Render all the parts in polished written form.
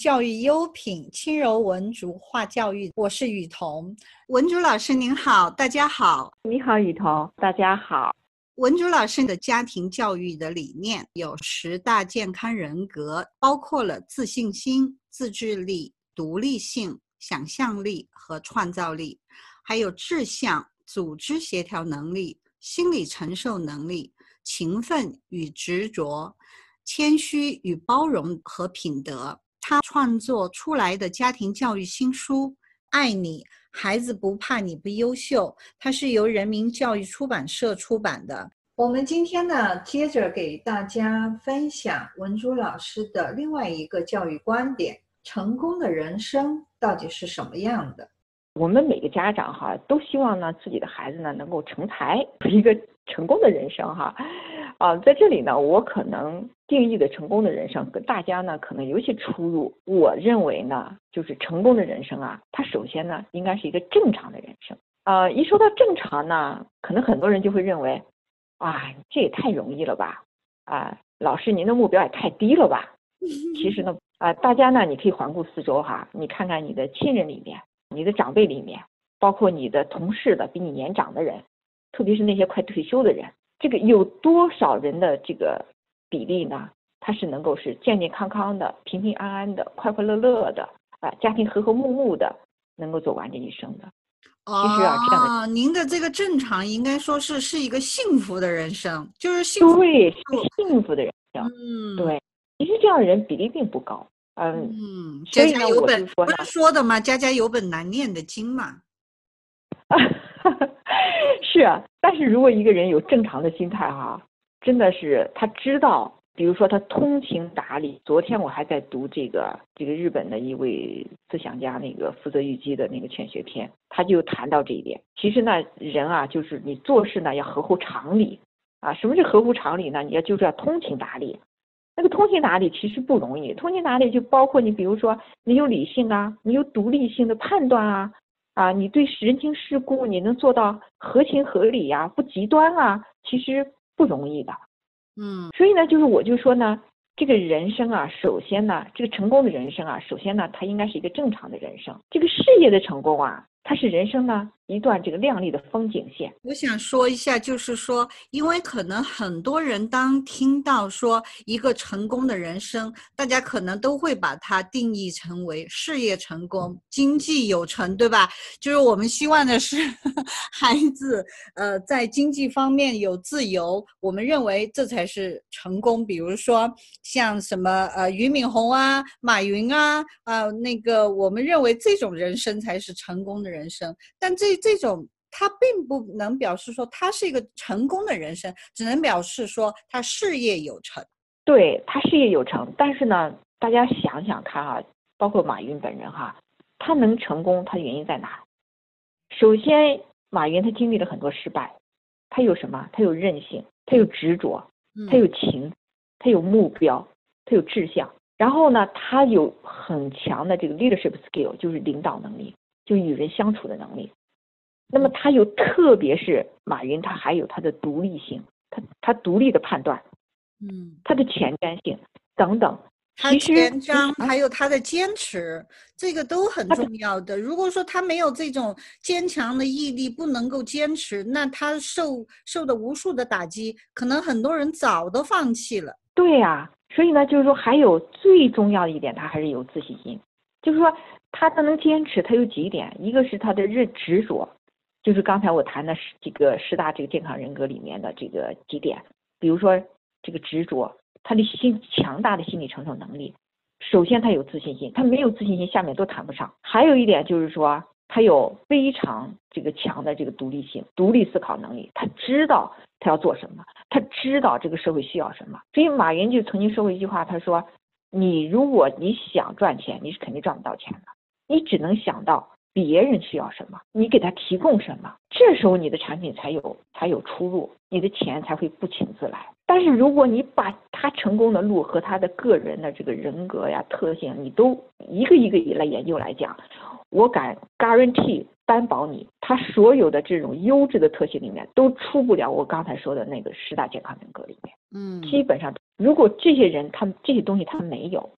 教育优品轻柔文竹话教育，我是雨桐。文竹老师您好。大家好。 你好雨桐，大家好。 文竹老师的家庭教育的理念有10大健康人格，包括了自信心、自制力、独立性、想象力和创造力，还有志向、组织协调能力、心理承受能力、勤奋与执着、谦虚与包容和品德。他创作出来的家庭教育新书《爱你，孩子不怕你不优秀》，它是由人民教育出版社出版的。我们今天呢，接着给大家分享文竹老师的另外一个教育观点：成功的人生到底是什么样的？ 我们每个家长都希望呢自己的孩子呢能够成才，有一个成功的人生在这里呢，我可能定义的成功的人生跟大家呢可能有些出入。我认为呢，就是成功的人生它首先呢应该是一个正常的人生。一说到正常呢，可能很多人就会认为，这也太容易了吧？老师您的目标也太低了吧？其实呢，大家呢你可以环顾四周你看看你的亲人里面，你的长辈里面，包括你的同事的比你年长的人，特别是那些快退休的人，这个有多少人的这个比例呢？他是能够是健健康康的、平平安安的、快快乐乐的家庭和和睦睦的，能够走完这一生的。其实这样的您的这个正常应该说是一个幸福的人生，就是幸福， 对，是幸福的人生。对，其实这样的人比例并不高。所以呢，我就说呢， 不是说的吗？家家有本难念的经嘛。 是但是如果一个人有正常的心态真的是他知道，比如说他通情达理。昨天我还在读这个日本的一位思想家那个福泽谕吉的那个劝学篇，他就谈到这一点。其实呢，人就是你做事呢要合乎常理什么是合乎常理呢？就是要通情达理。那个通情达理其实不容易，通情达理就包括你比如说你有理性你有独立性的判断你对人情世故你能做到合情合理不极端其实不容易的。所以呢，我就说呢，这个人生首先呢，这个成功的人生首先呢，它应该是一个正常的人生。这个事业的成功它是人生呢一段这个亮丽的风景线。 我想说一下，就是说，因为可能很多人当听到说一个成功的人生，大家可能都会把它定义成为事业成功、经济有成，对吧？就是我们希望的是孩子在经济方面有自由，我们认为这才是成功。比如说像什么俞敏洪马云那个我们认为这种人生才是成功的人生，但这种它并不能表示说他是一个成功的人生，只能表示说他事业有成。 对，他事业有成，但是呢，大家想想看包括马云本人他能成功，他的原因在哪？首先，马云他经历了很多失败，他有什么？他有韧性，他有执着，他有情，他有目标，他有志向。然后呢，他有很强的这个 leadership skill， 就是领导能力，就与人相处的能力。那么他有，特别是马云，他还有他的独立性，他独立的判断，他的前瞻性等等。 他前瞻还有他的坚持，这个都很重要的。如果说他没有这种坚强的毅力，不能够坚持，那他受的无数的打击，可能很多人早都放弃了。 对所以呢，就是说还有最重要的一点，他还是有自信心。就是说他能坚持，他有几点，一个是他的执着，就是刚才我谈的这个10大这个健康人格里面的这个几点，比如说这个执着，他的强大的心理承受能力。首先他有自信心，他没有自信心下面都谈不上。还有一点就是说他有非常这个强的这个独立性，独立思考能力，他知道他要做什么，他知道这个社会需要什么。所以马云就曾经说过一句话，他说如果你想赚钱，你是肯定赚不到钱的，你只能想到别人需要什么，你给他提供什么，这时候你的产品才有出路，你的钱才会不请自来。但是如果你把他成功的路和他的个人的这个人格特性，你都一个一个来研究来讲，我敢 guarantee 担保你，他所有的这种优质的特性里面都出不了我刚才说的那个10大健康人格里面。基本上如果这些人他这些东西他没有，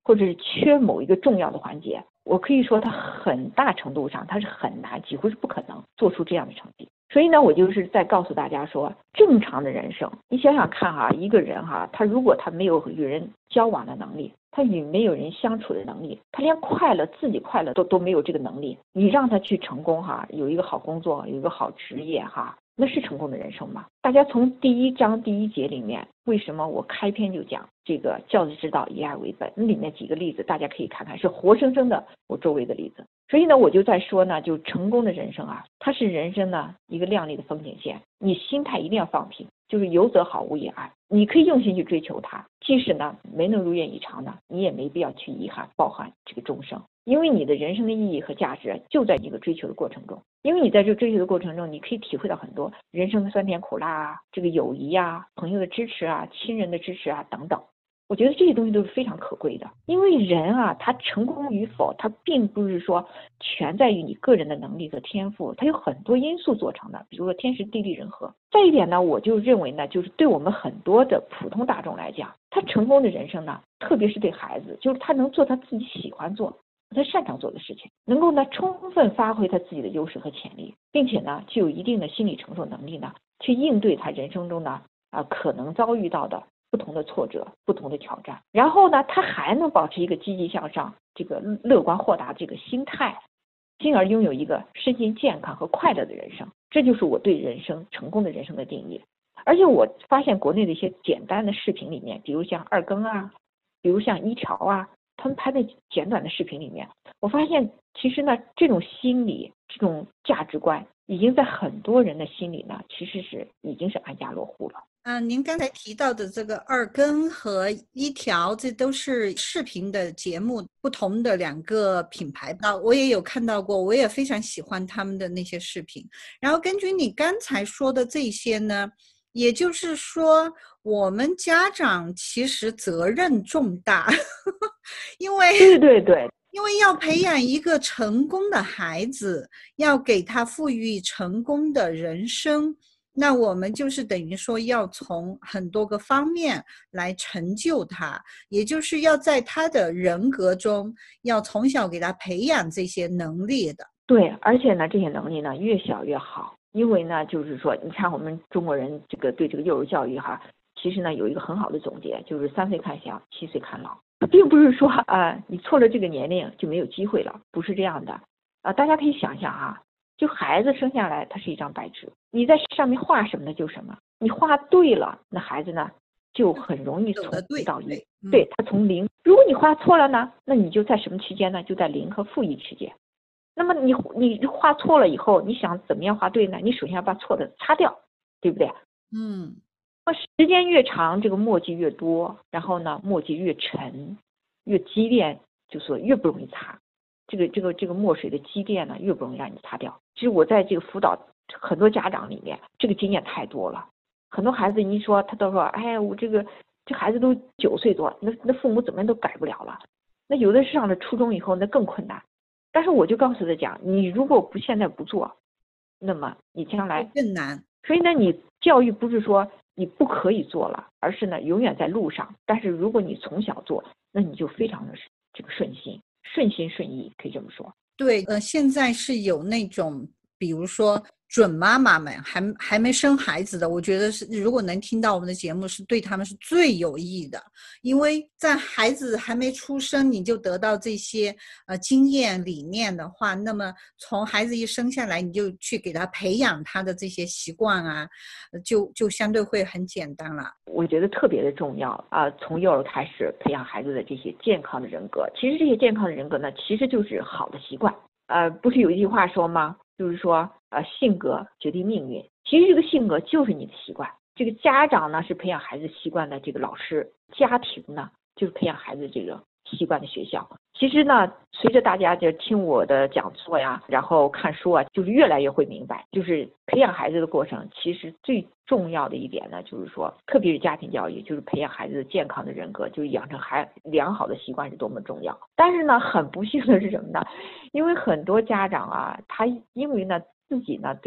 或者是缺某一个重要的环节，我可以说他很大程度上他是很难，几乎是不可能做出这样的成绩。所以呢，我就是在告诉大家说，正常的人生，你想想看哈，一个人哈，他如果他没有与人交往的能力，他与没有人相处的能力，他连快乐自己快乐都没有这个能力，你让他去成功哈，有一个好工作，有一个好职业哈，那是成功的人生吗？大家从第1章第1节里面，为什么我开篇就讲这个教子之道以爱为本，那里面几个例子大家可以看看，是活生生的我周围的例子。所以呢，我就在说呢，就成功的人生啊，它是人生呢一个亮丽的风景线，你心态一定要放平，就是有则好，无也爱，你可以用心去追求它，即使呢没能如愿以偿呢，你也没必要去遗憾抱憾这个终生，因为你的人生的意义和价值就在这个追求的过程中，因为你在这个追求的过程中，你可以体会到很多人生的酸甜苦辣啊，这个友谊啊，朋友的支持啊，亲人的支持啊等等。我觉得这些东西都是非常可贵的，因为人啊，他成功与否，他并不是说全在于你个人的能力和天赋，它有很多因素做成的，比如说天时地利人和。再一点呢，我就认为呢，就是对我们很多的普通大众来讲，他成功的人生呢，特别是对孩子，就是他能做他自己喜欢做他擅长做的事情，能够呢充分发挥他自己的优势和潜力，并且呢具有一定的心理承受能力呢，去应对他人生中呢可能遭遇到的不同的挫折、不同的挑战。然后呢，他还能保持一个积极向上、这个乐观豁达这个心态，进而拥有一个身心健康和快乐的人生。这就是我对人生成功的人生的定义。而且我发现国内的一些简单的视频里面，比如像二更啊，比如像一条啊，他们拍的简短的视频里面，我发现其实呢，这种心理、这种价值观，已经在很多人的心里呢，其实是已经是安家落户了。 您刚才提到的这个二更和一条，这都是视频的节目，不同的2个品牌吧，我也有看到过，我也非常喜欢他们的那些视频。然后根据你刚才说的这些呢，也就是说我们家长其实责任重大因为对， 因为要培养一个成功的孩子，要给他赋予成功的人生，那我们就是等于说要从很多个方面来成就他，也就是要在他的人格中要从小给他培养这些能力的。 对，而且呢这些能力呢越小越好，因为呢就是说你看我们中国人这个对这个幼儿教育哈，其实呢有一个很好的总结，就是3岁看小，7岁看老，并不是说你错了这个年龄就没有机会了，不是这样的大家可以想想哈，就孩子生下来他是一张白纸，你在上面画什么呢就什么，你画对了，那孩子呢就很容易从0到1，对，他从0，如果你画错了呢，那你就在什么区间呢？就在0和-1区间。那么你画错了以后，你想怎么样画对呢？你首先要把错的擦掉，对不对？时间越长，这个墨迹越多，然后呢，墨迹越沉，越积淀，就说越不容易擦。这个墨水的积淀呢，越不容易让你擦掉。其实我在这个辅导很多家长里面，这个经验太多了。很多孩子一说，他都说，哎，我这孩子都9岁多，那父母怎么样都改不了了。那有的是上了初中以后，那更困难。但是我就告诉他讲，你如果现在不做，那么你将来更难。 所以呢，你教育不是说你不可以做了，而是呢永远在路上。但是如果你从小做，那你就非常的这个顺心顺意，可以这么说。 对，现在是有那种，比如说准妈妈们还没生孩子的，我觉得是如果能听到我们的节目，是对他们是最有益的，因为在孩子还没出生你就得到这些经验理念的话，那么从孩子一生下来你就去给他培养他的这些习惯啊，就相对会很简单了。 我觉得特别的重要从幼儿开始培养孩子的这些健康的人格。其实这些健康的人格呢，其实就是好的习惯。不是有一句话说吗？就是说性格决定命运。其实这个性格就是你的习惯。这个家长呢是培养孩子习惯的这个老师，家庭呢就是培养孩子这个习惯的学校。其实呢，随着大家就听我的讲座呀，然后看书啊，就是越来越会明白，就是培养孩子的过程，其实最重要的一点呢，就是说，特别是家庭教育，就是培养孩子的健康的人格，就是养成良好的习惯是多么重要。但是呢，很不幸的是什么呢？因为很多家长他因为呢自己呢对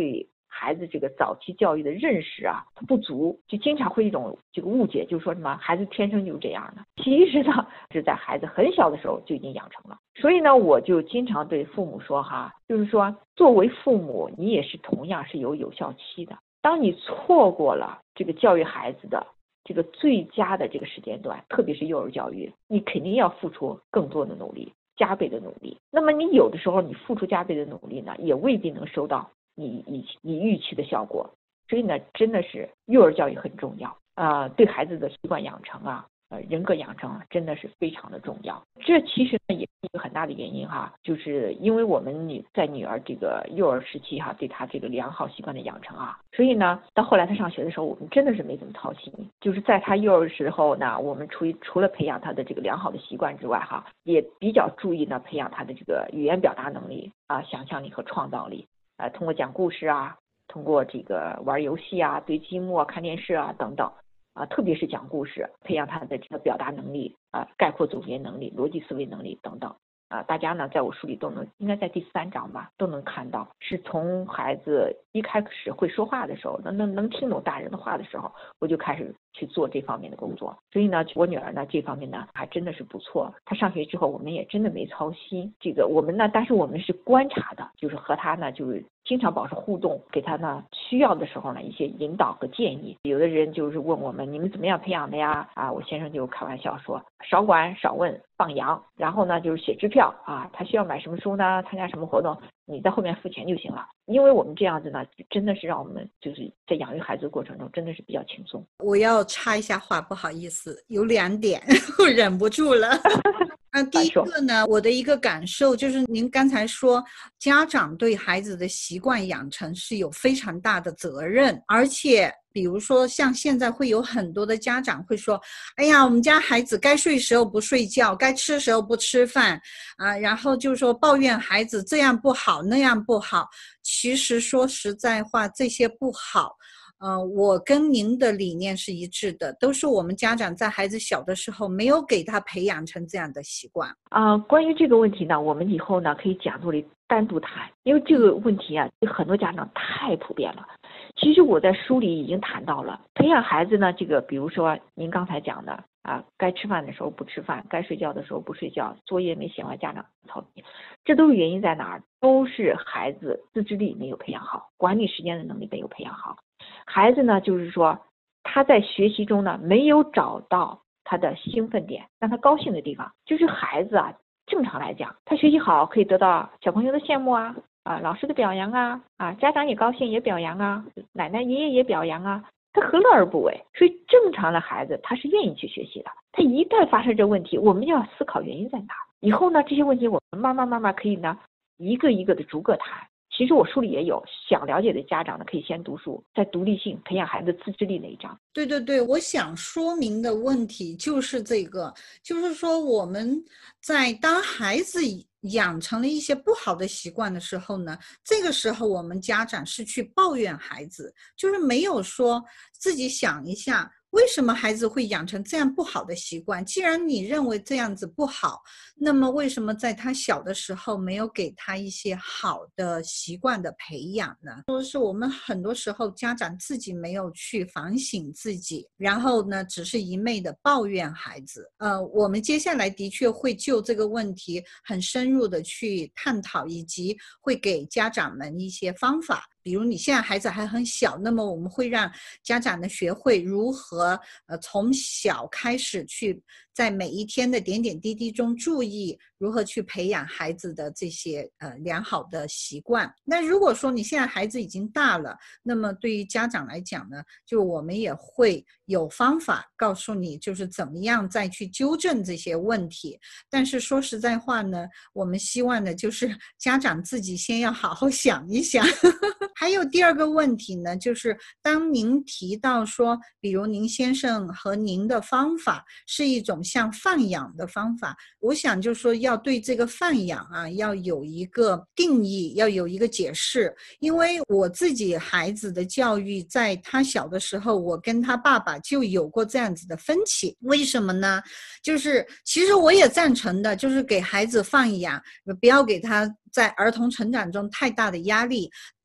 孩子这个早期教育的认识啊不足，就经常会一种这个误解，就是说什么孩子天生就是这样的。其实呢是在孩子很小的时候就已经养成了。所以呢我就经常对父母说哈，就是说作为父母你也是同样是有效期的。当你错过了这个教育孩子的这个最佳的这个时间段，特别是幼儿教育，你肯定要付出更多的努力，加倍的努力。那么你有的时候你付出加倍的努力呢，也未必能收到你预期的效果。所以呢真的是幼儿教育很重要对孩子的习惯养成啊人格养成真的是非常的重要。这其实呢也是一个很大的原因哈，就是因为我们在女儿这个幼儿时期哈，对她这个良好习惯的养成啊，所以呢到后来她上学的时候，我们真的是没怎么操心。就是在她幼儿时候呢，我们除了培养她的这个良好的习惯之外哈，也比较注意呢培养她的这个语言表达能力想象力和创造力通过讲故事通过这个玩游戏堆积木看电视等等特别是讲故事，培养他的这个表达能力概括总结能力、逻辑思维能力等等大家呢在我书里都能，应该在第3章吧，都能看到，是从孩子一开始会说话的时候，能听懂大人的话的时候，我就开始去做这方面的工作。所以呢我女儿呢这方面呢还真的是不错。她上学之后我们也真的没操心这个，我们呢但是我们是观察的，就是和她呢就是经常保持互动，给她呢需要的时候呢一些引导和建议。有的人就是问我们你们怎么样培养的呀我先生就开玩笑说少管少问放羊，然后呢就是写支票他需要买什么书呢，参加什么活动，你在后面付钱就行了。因为我们这样子呢真的是让我们就是在养育孩子的过程中真的是比较轻松。 我要插一下话，不好意思，有2点我忍不住了第一个呢，我的一个感受就是您刚才说家长对孩子的习惯养成是有非常大的责任，而且比如说像现在会有很多的家长会说，哎呀我们家孩子该睡时候不睡觉，该吃时候不吃饭然后就是说抱怨孩子这样不好那样不好。其实说实在话这些不好我跟您的理念是一致的，都是我们家长在孩子小的时候没有给他培养成这样的习惯关于这个问题呢，我们以后呢可以讲座里单独谈，因为这个问题对很多家长太普遍了。其实我在书里已经谈到了，培养孩子呢这个比如说您刚才讲的该吃饭的时候不吃饭，该睡觉的时候不睡觉，作业没写完家长操心，这都是原因在哪儿？都是孩子自制力没有培养好，管理时间的能力没有培养好。孩子呢就是说他在学习中呢没有找到他的兴奋点，让他高兴的地方。就是孩子正常来讲他学习好可以得到小朋友的羡慕老师的表扬家长也高兴也表扬奶奶爷爷也表扬他何乐而不为？所以正常的孩子他是愿意去学习的。他一旦发生这问题，我们要思考原因在哪。以后呢这些问题我们慢慢可以呢一个一个的逐个谈。其实我书里也有，想了解的家长呢可以先读书，在独立性培养孩子自制力那一章。 对对对，我想说明的问题就是这个，就是说我们在当孩子养成了一些不好的习惯的时候呢，这个时候我们家长是去抱怨孩子，就是没有说自己想一下为什么孩子会养成这样不好的习惯。既然你认为这样子不好，那么为什么在他小的时候没有给他一些好的习惯的培养呢？就是我们很多时候家长自己没有去反省自己，然后呢只是一昧的抱怨孩子。我们接下来的确会就这个问题很深入的去探讨，以及会给家长们一些方法。比如你现在孩子还很小，那么我们会让家长呢学会如何从小开始去在每一天的点点滴滴中注意如何去培养孩子的这些良好的习惯。那如果说你现在孩子已经大了，那么对于家长来讲呢，就我们也会有方法告诉你就是怎么样再去纠正这些问题。但是说实在话呢，我们希望的就是家长自己先要好好想一想还有第二个问题呢，就是当您提到说比如您先生和您的方法是一种像放养的方法，我想就是说要对这个放养要有一个定义，要有一个解释。因为我自己孩子的教育在他小的时候，我跟他爸爸就有过这样子的分歧。为什么呢？就是其实我也赞成的，就是给孩子放养，不要给他在儿童成长中太大的压力。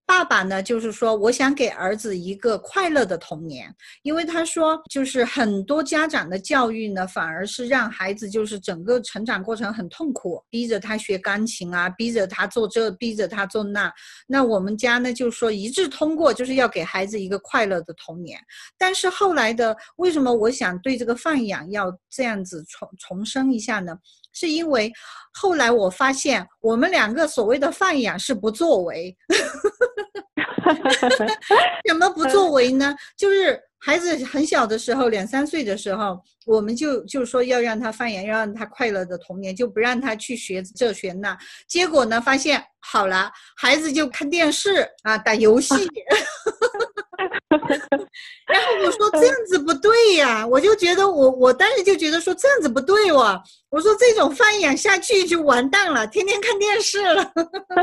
爸爸呢，就是说我想给儿子一个快乐的童年，因为他说就是很多家长的教育呢，反而是让孩子就是整个成长过程很痛苦，逼着他学钢琴啊，逼着他做这，逼着他做那。那我们家呢，就是说一致通过，就是要给孩子一个快乐的童年。但是后来的，为什么我想对这个放养要这样子重申一下呢？是因为后来我发现我们两个所谓的放养是不作为。怎么不作为呢？就是孩子很小的时候，2、3岁的时候，我们就说要让他放养，要让他快乐的童年，就不让他去学这学那。结果呢，发现好了，孩子就看电视啊，打游戏。然后我说这样子不对呀，我就觉得我当时就觉得说这样子不对哇，我说这种放养下去就完蛋了，天天看电视了。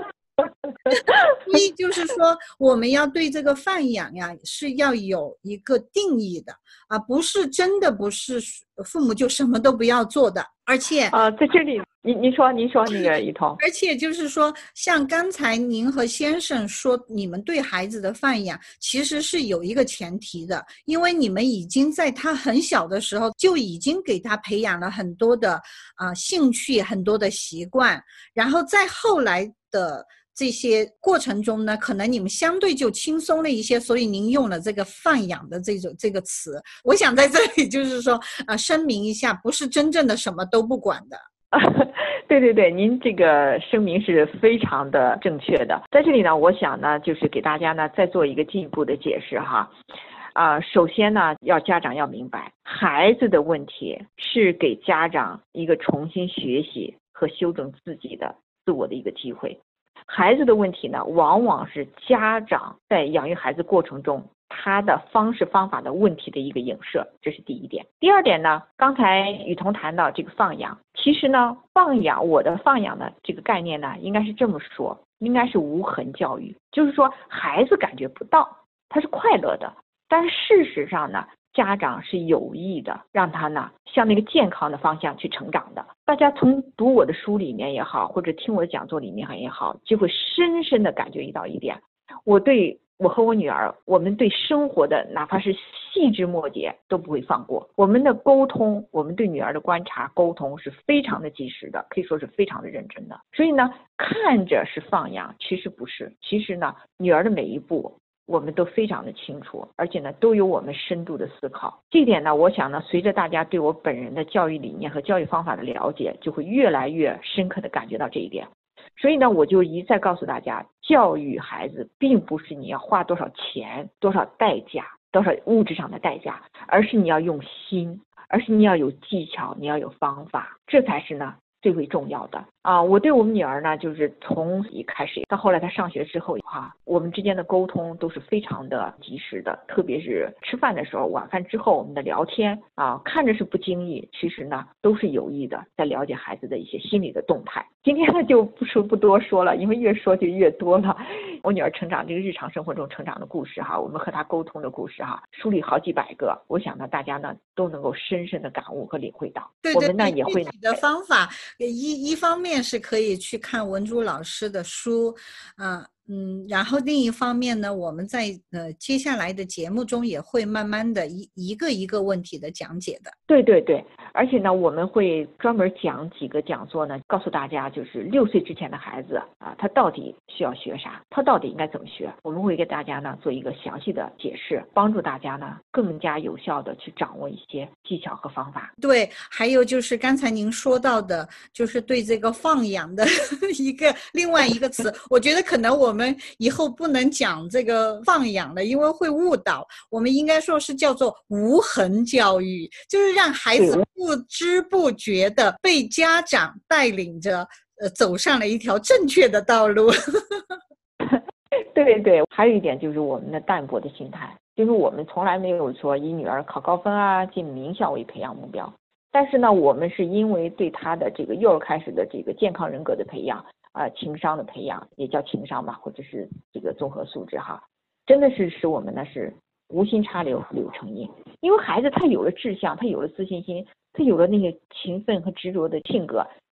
所以就是说我们要对这个放养呀是要有一个定义的啊，不是真的不是父母就什么都不要做的。而且在这里您说那个一彤， 而且就是说像刚才您和先生说你们对孩子的放养其实是有一个前提的，因为你们已经在他很小的时候就已经给他培养了很多的兴趣，很多的习惯，然后在后来的这些过程中呢，可能你们相对就轻松了一些，所以您用了这个放养的这个词。我想在这里就是说声明一下，不是真正的什么都不管的。 对，您这个声明是非常的正确的。在这里呢，我想呢，就是给大家呢再做一个进一步的解释哈。首先呢，家长要明白，孩子的问题是给家长一个重新学习和修正自己的自我的一个机会。孩子的问题呢，往往是家长在养育孩子过程中他的方式方法的问题的一个影射，这是第一点。第二点呢，刚才雨桐谈到这个放养，其实呢，我的放养的这个概念呢，应该是这么说，应该是无痕教育，就是说孩子感觉不到他是快乐的，但是事实上呢，家长是有意的让他呢向那个健康的方向去成长的。大家从读我的书里面也好，或者听我的讲座里面也好，就会深深的感觉到一点，我和我女儿，我们对生活的哪怕是细枝末节都不会放过。我们的沟通，我们对女儿的观察沟通是非常的及时的，可以说是非常的认真的。所以呢，看着是放养，其实不是。其实呢，女儿的每一步我们都非常的清楚，而且呢都有我们深度的思考。这一点呢，我想呢，随着大家对我本人的教育理念和教育方法的了解，就会越来越深刻的感觉到这一点。所以呢，我就一再告诉大家，教育孩子并不是你要花多少钱、多少代价、多少物质上的代价，而是你要用心，而是你要有技巧，你要有方法，这才是呢最为重要的啊！我对我们女儿呢，就是从一开始到后来她上学之后我们之间的沟通都是非常的及时的，特别是吃饭的时候，晚饭之后我们的聊天看着是不经意，其实呢都是有意的，在了解孩子的一些心理的动态。今天呢就不多说了，因为越说就越多了。我女儿成长这个日常生活中成长的故事我们和她沟通的故事梳理好几百个，我想呢大家呢都能够深深的感悟和领会到。 对， 我们呢也会具体的方法，一方面是可以去看文珠老师的书，然后另一方面呢，我们在接下来的节目中也会慢慢的一个一个问题的讲解的。 对，而且呢，我们会专门讲几个讲座呢，告诉大家就是6岁之前的孩子他到底需要学啥，他到底应该怎么学，我们会给大家呢做一个详细的解释，帮助大家呢更加有效的去掌握一些技巧和方法。 对，还有就是刚才您说到的，就是对这个放养的另外一个词，我觉得可能我们以后不能讲这个放养了，因为会误导。我们应该说是叫做无痕教育，就是让孩子不知不觉的被家长带领着走上了一条正确的道路。 对，还有一点就是我们的淡泊的心态，就是我们从来没有说以女儿考高分进名校为培养目标，但是呢，我们是因为对她的这个幼儿开始的这个健康人格的培养情商的培养，也叫情商吧，或者是这个综合素质真的是使我们呢是无心插柳柳成荫。因为孩子他有了志向，他有了自信心，他有了那个勤奋和执着的性格，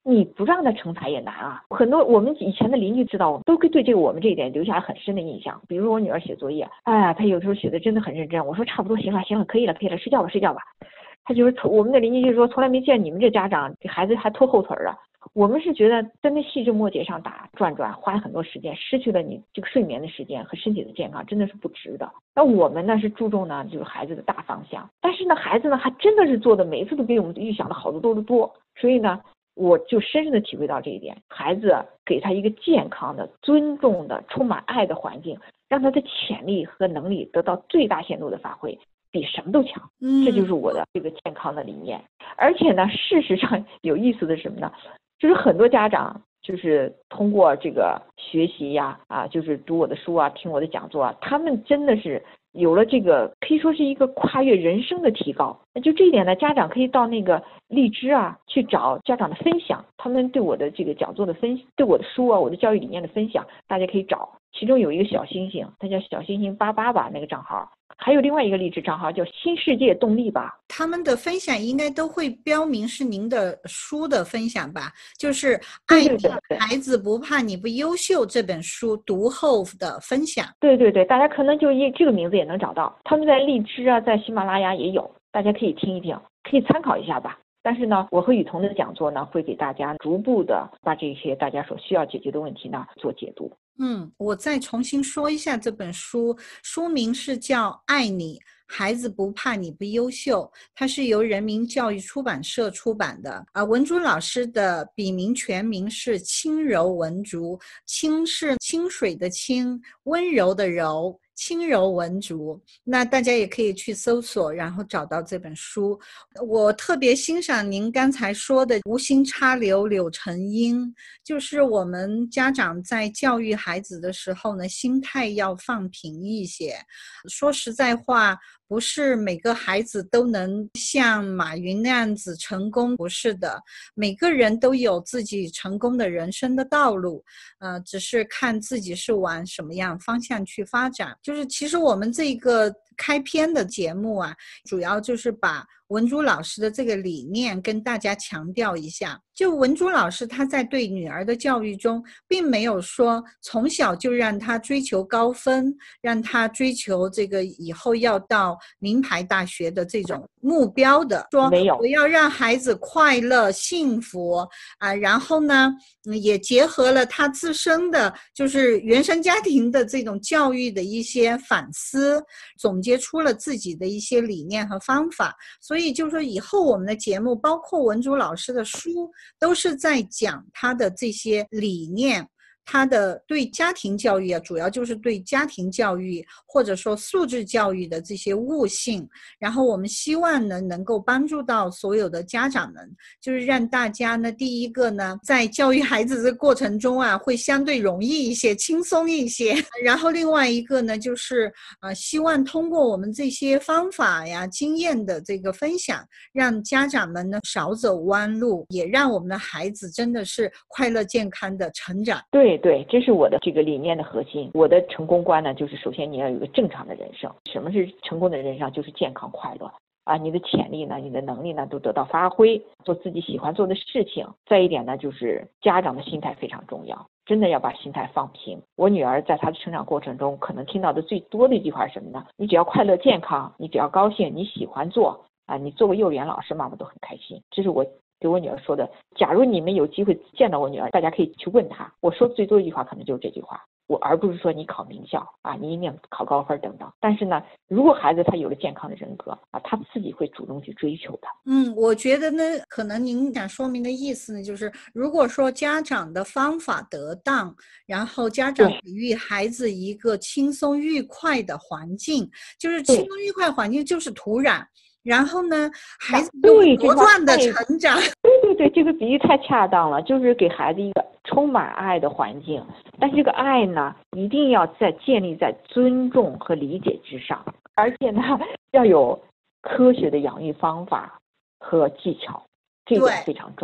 你不让他成才也难啊。很多我们以前的邻居知道，都对这个我们这一点留下很深的印象。比如我女儿写作业，哎呀，她有时候写的真的很认真，我说差不多行了，可以了，睡觉吧。她就是我们的邻居就说，从来没见你们这家长给孩子还拖后腿啊。我们是觉得在那细枝末节上转，花很多时间，失去了你这个睡眠的时间和身体的健康，真的是不值得。那我们呢是注重呢就是孩子的大方向，但是呢孩子呢还真的是做的每一次都比我们预想的好得多。所以呢我就深深的体会到这一点，孩子给他一个健康的、尊重的、充满爱的环境，让他的潜力和能力得到最大限度的发挥，比什么都强。这就是我的这个健康的理念。而且呢，事实上有意思的是什么呢？就是很多家长就是通过这个学习呀，就是读我的书啊，听我的讲座啊，他们真的是有了这个可以说是一个跨越人生的提高。就这一点呢，家长可以到那个荔枝啊去找家长的分享，他们对我的这个讲座的对我的书啊，我的教育理念的分享，大家可以找。其中有一个小星星，它叫小星星88吧，那个账号。还有另外一个励志账号叫新世界动力吧。 他们的分享应该都会标明是您的书的分享吧？就是爱你孩子不怕你不优秀这本书读后的分享。 对，大家可能就这个名字也能找到，他们在荔枝啊，在喜马拉雅也有，大家可以听一听，可以参考一下吧。但是呢，我和雨桐的讲座呢，会给大家逐步的把这些大家所需要解决的问题呢做解读。 我再重新说一下这本书，书名是叫《爱你孩子不怕你不优秀》，它是由人民教育出版社出版的。文竹老师的笔名全名是轻柔文竹，清是清水的清，温柔的柔，轻柔文竹。那大家也可以去搜索，然后找到这本书。我特别欣赏您刚才说的无心插柳柳成荫，就是我们家长在教育孩子的时候呢，心态要放平一些。说实在话，不是每个孩子都能像马云那样子成功，不是的，每个人都有自己成功的人生的道路，只是看自己是往什么样方向去发展。就是其实我们这个开篇的节目啊，主要就是把文竹老师的这个理念跟大家强调一下。就文竹老师他在对女儿的教育中，并没有说从小就让她追求高分，让她追求这个以后要到名牌大学的这种目标的，说我要让孩子快乐幸福然后呢也结合了他自身的就是原生家庭的这种教育的一些反思，总结出了自己的一些理念和方法。所以就是说以后我们的节目包括文竹老师的书都是在讲他的这些理念，他的对家庭教育主要就是对家庭教育或者说素质教育的这些悟性，然后我们希望呢能够帮助到所有的家长们，就是让大家呢第一个呢在教育孩子的过程中会相对容易一些，轻松一些，然后另外一个呢就是希望通过我们这些方法呀经验的这个分享，让家长们呢少走弯路，也让我们的孩子真的是快乐健康的成长。 对，这是我的这个理念的核心。我的成功观呢，就是首先你要有一个正常的人生。什么是成功的人生？就是健康快乐你的潜力呢，你的能力呢都得到发挥，做自己喜欢做的事情。再一点呢，就是家长的心态非常重要，真的要把心态放平。我女儿在她的成长过程中，可能听到的最多的一句话是什么呢？你只要快乐健康，你只要高兴，你喜欢做你做个幼儿园老师，妈妈都很开心。这是我给我女儿说的。假如你们有机会见到我女儿，大家可以去问她，我说的最多一句话可能就是这句话，而不是说你考名校你一定要考高分等等。但是呢，如果孩子他有了健康的人格他自己会主动去追求的。 我觉得呢，可能您想说明的意思呢，就是如果说家长的方法得当，然后家长给予孩子一个轻松愉快的环境，就是轻松愉快环境就是土壤，然后呢，孩子就会不断的成长。 对，这个比喻太恰当了，就是给孩子一个充满爱的环境，但是这个爱呢，一定要建立在尊重和理解之上，而且呢，要有科学的养育方法和技巧，这一点非常重要。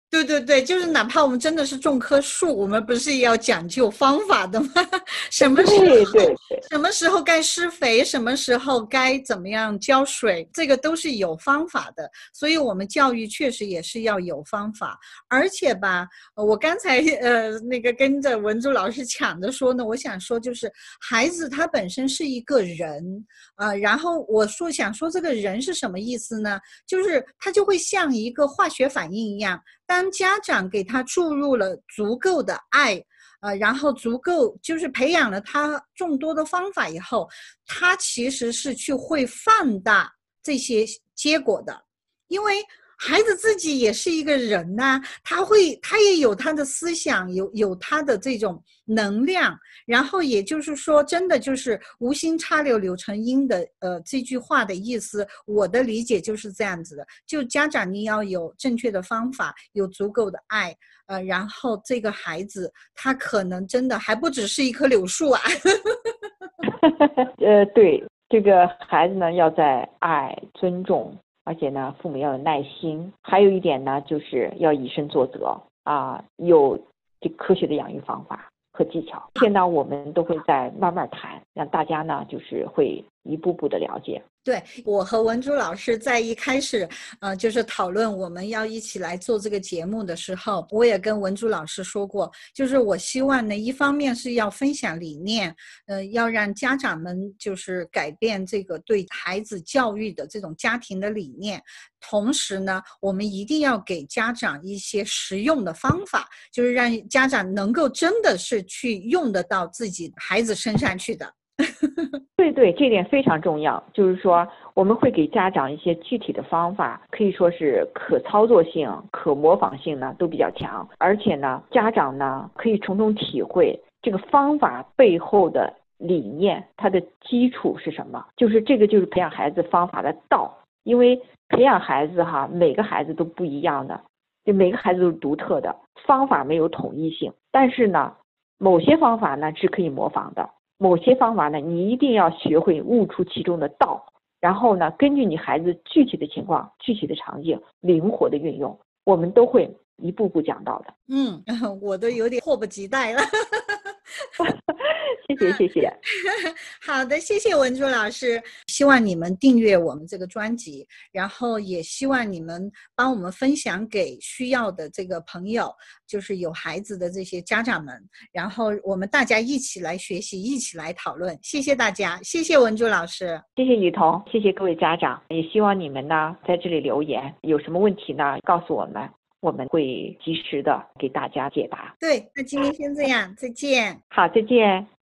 对对对，就是哪怕我们真的是种棵树，我们不是也要讲究方法的吗？什么时候对对对， 什么时候该施肥，什么时候该怎么样浇水，这个都是有方法的。所以我们教育确实也是要有方法，而且吧，我刚才那个跟着文珠老师抢着说呢，我想说就是孩子他本身是一个人，然后我想说这个人是什么意思呢？就是他就会像一个化学反应一样。当家长给他注入了足够的爱，然后足够就是培养了他众多的方法以后，他其实是去会放大这些结果的，因为孩子自己也是一个人呐，他也有他的思想，有他的这种能量，然后也就是说，真的就是无心插柳柳成荫的这句话的意思，我的理解就是这样子的。就家长你要有正确的方法，有足够的爱，然后这个孩子他可能真的还不只是一棵柳树啊。 对，这个孩子呢要在爱、尊重，而且呢父母要有耐心，还有一点呢就是要以身作则啊，有这科学的养育方法和技巧。这些呢我们都会再慢慢谈，让大家呢就是会一步步的了解。 对，我和文珠老师在一开始，就是讨论我们要一起来做这个节目的时候，我也跟文珠老师说过，就是我希望呢，一方面是要分享理念，要让家长们就是改变这个对孩子教育的这种家庭的理念，同时呢，我们一定要给家长一些实用的方法，就是让家长能够真的是去用得到自己孩子身上去的。 对对，这点非常重要。就是说，我们会给家长一些具体的方法，可以说是可操作性、可模仿性呢都比较强。而且呢，家长呢可以从中体会这个方法背后的理念，它的基础是什么。就是这个就是培养孩子方法的道。因为培养孩子哈，每个孩子都不一样的，就每个孩子都是独特的，方法没有统一性。但是呢，某些方法呢是可以模仿的。某些方法呢，你一定要学会悟出其中的道，然后呢，根据你孩子具体的情况、具体的场景，灵活的运用，我们都会一步步讲到的。 我都有点迫不及待了。 谢谢谢谢。 好的，谢谢文珠老师。希望你们订阅我们这个专辑，然后也希望你们帮我们分享给需要的这个朋友，就是有孩子的这些家长们，然后我们大家一起来学习，一起来讨论。谢谢大家，谢谢文珠老师， 谢谢雨桐，谢谢各位家长，也希望你们呢在这里留言，有什么问题呢告诉我们，我们会及时的给大家解答。 对，那今天先这样，再见。 好，再见。